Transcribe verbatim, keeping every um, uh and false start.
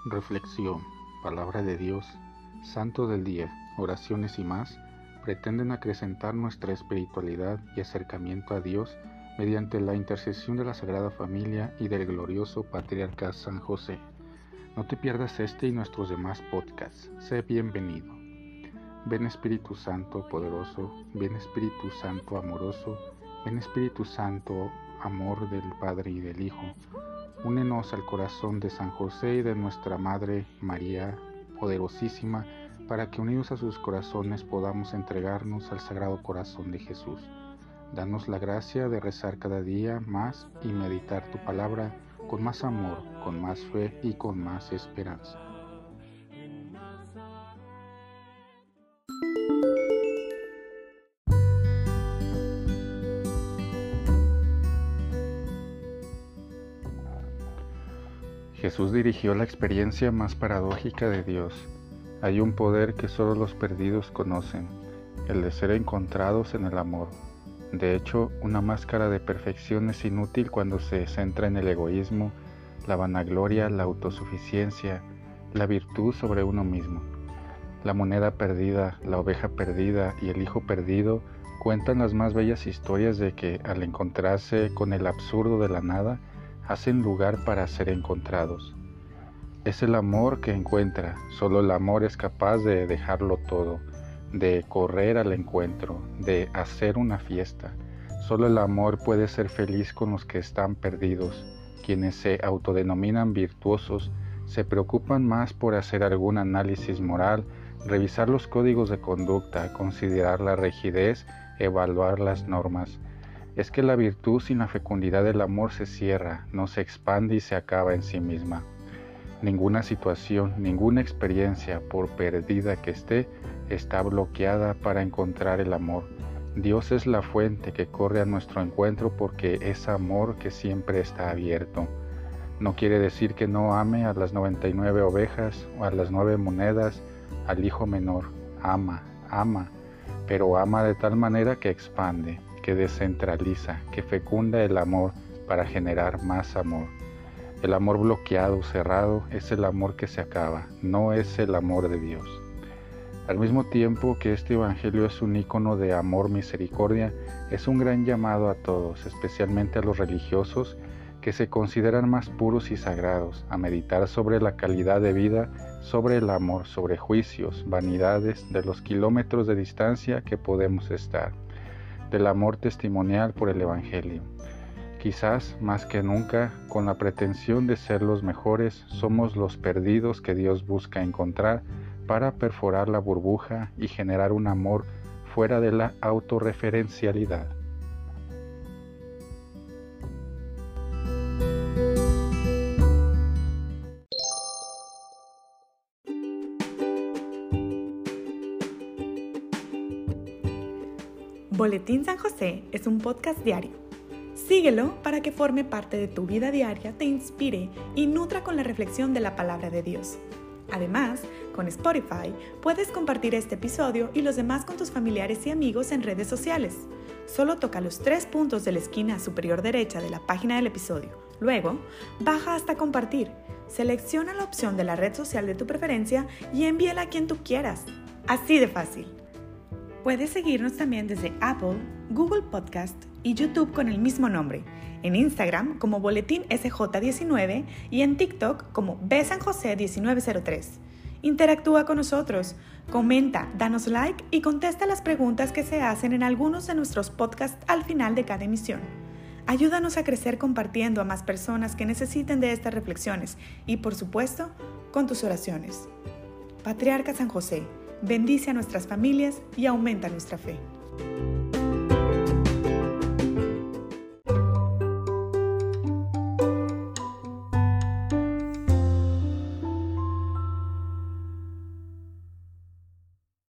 Reflexión, palabra de Dios, santo del día, oraciones y más, pretenden acrecentar nuestra espiritualidad y acercamiento a Dios mediante la intercesión de la Sagrada Familia y del glorioso Patriarca San José. No te pierdas este y nuestros demás podcasts. Sé bienvenido. Ven Espíritu Santo poderoso, ven Espíritu Santo amoroso, ven Espíritu Santo, amor del Padre y del Hijo. Únenos al corazón de San José y de nuestra Madre María, poderosísima, para que unidos a sus corazones podamos entregarnos al Sagrado Corazón de Jesús. Danos la gracia de rezar cada día más y meditar tu palabra con más amor, con más fe y con más esperanza. Jesús dirigió la experiencia más paradójica de Dios. Hay un poder que solo los perdidos conocen, el de ser encontrados en el amor. De hecho, una máscara de perfección es inútil cuando se centra en el egoísmo, la vanagloria, la autosuficiencia, la virtud sobre uno mismo. La moneda perdida, la oveja perdida y el hijo perdido cuentan las más bellas historias de que, al encontrarse con el absurdo de la nada, hacen lugar para ser encontrados. Es el amor que encuentra, solo el amor es capaz de dejarlo todo, de correr al encuentro, de hacer una fiesta. Solo el amor puede ser feliz con los que están perdidos. Quienes se autodenominan virtuosos se preocupan más por hacer algún análisis moral, revisar los códigos de conducta, considerar la rigidez, evaluar las normas. Es que la virtud sin la fecundidad del amor se cierra, no se expande y se acaba en sí misma. Ninguna situación, ninguna experiencia, por perdida que esté, está bloqueada para encontrar el amor. Dios es la fuente que corre a nuestro encuentro porque es amor que siempre está abierto. No quiere decir que no ame a las noventa y nueve ovejas o a las nueve monedas, al hijo menor. Ama, ama, pero ama de tal manera que expande, que descentraliza, que fecunda el amor para generar más amor. El amor bloqueado, cerrado, es el amor que se acaba, no es el amor de Dios. Al mismo tiempo que este evangelio es un ícono de amor misericordia, es un gran llamado a todos, especialmente a los religiosos, que se consideran más puros y sagrados, a meditar sobre la calidad de vida, sobre el amor, sobre juicios, vanidades, de los kilómetros de distancia que podemos estar, del amor testimonial por el evangelio. Quizás, más que nunca, con la pretensión de ser los mejores, somos los perdidos que Dios busca encontrar para perforar la burbuja y generar un amor fuera de la autorreferencialidad. Boletín San José es un podcast diario. Síguelo para que forme parte de tu vida diaria, te inspire y nutra con la reflexión de la palabra de Dios. Además, con Spotify puedes compartir este episodio y los demás con tus familiares y amigos en redes sociales. Solo toca los tres puntos de la esquina superior derecha de la página del episodio. Luego, baja hasta compartir. Selecciona la opción de la red social de tu preferencia y envíala a quien tú quieras. Así de fácil. Puedes seguirnos también desde Apple, Google Podcast y YouTube con el mismo nombre, en Instagram como Boletín S J diecinueve y en TikTok como B San José diecinueve cero tres. Interactúa con nosotros, comenta, danos like y contesta las preguntas que se hacen en algunos de nuestros podcasts al final de cada emisión. Ayúdanos a crecer compartiendo a más personas que necesiten de estas reflexiones y, por supuesto, con tus oraciones. Patriarca San José, bendice a nuestras familias y aumenta nuestra fe.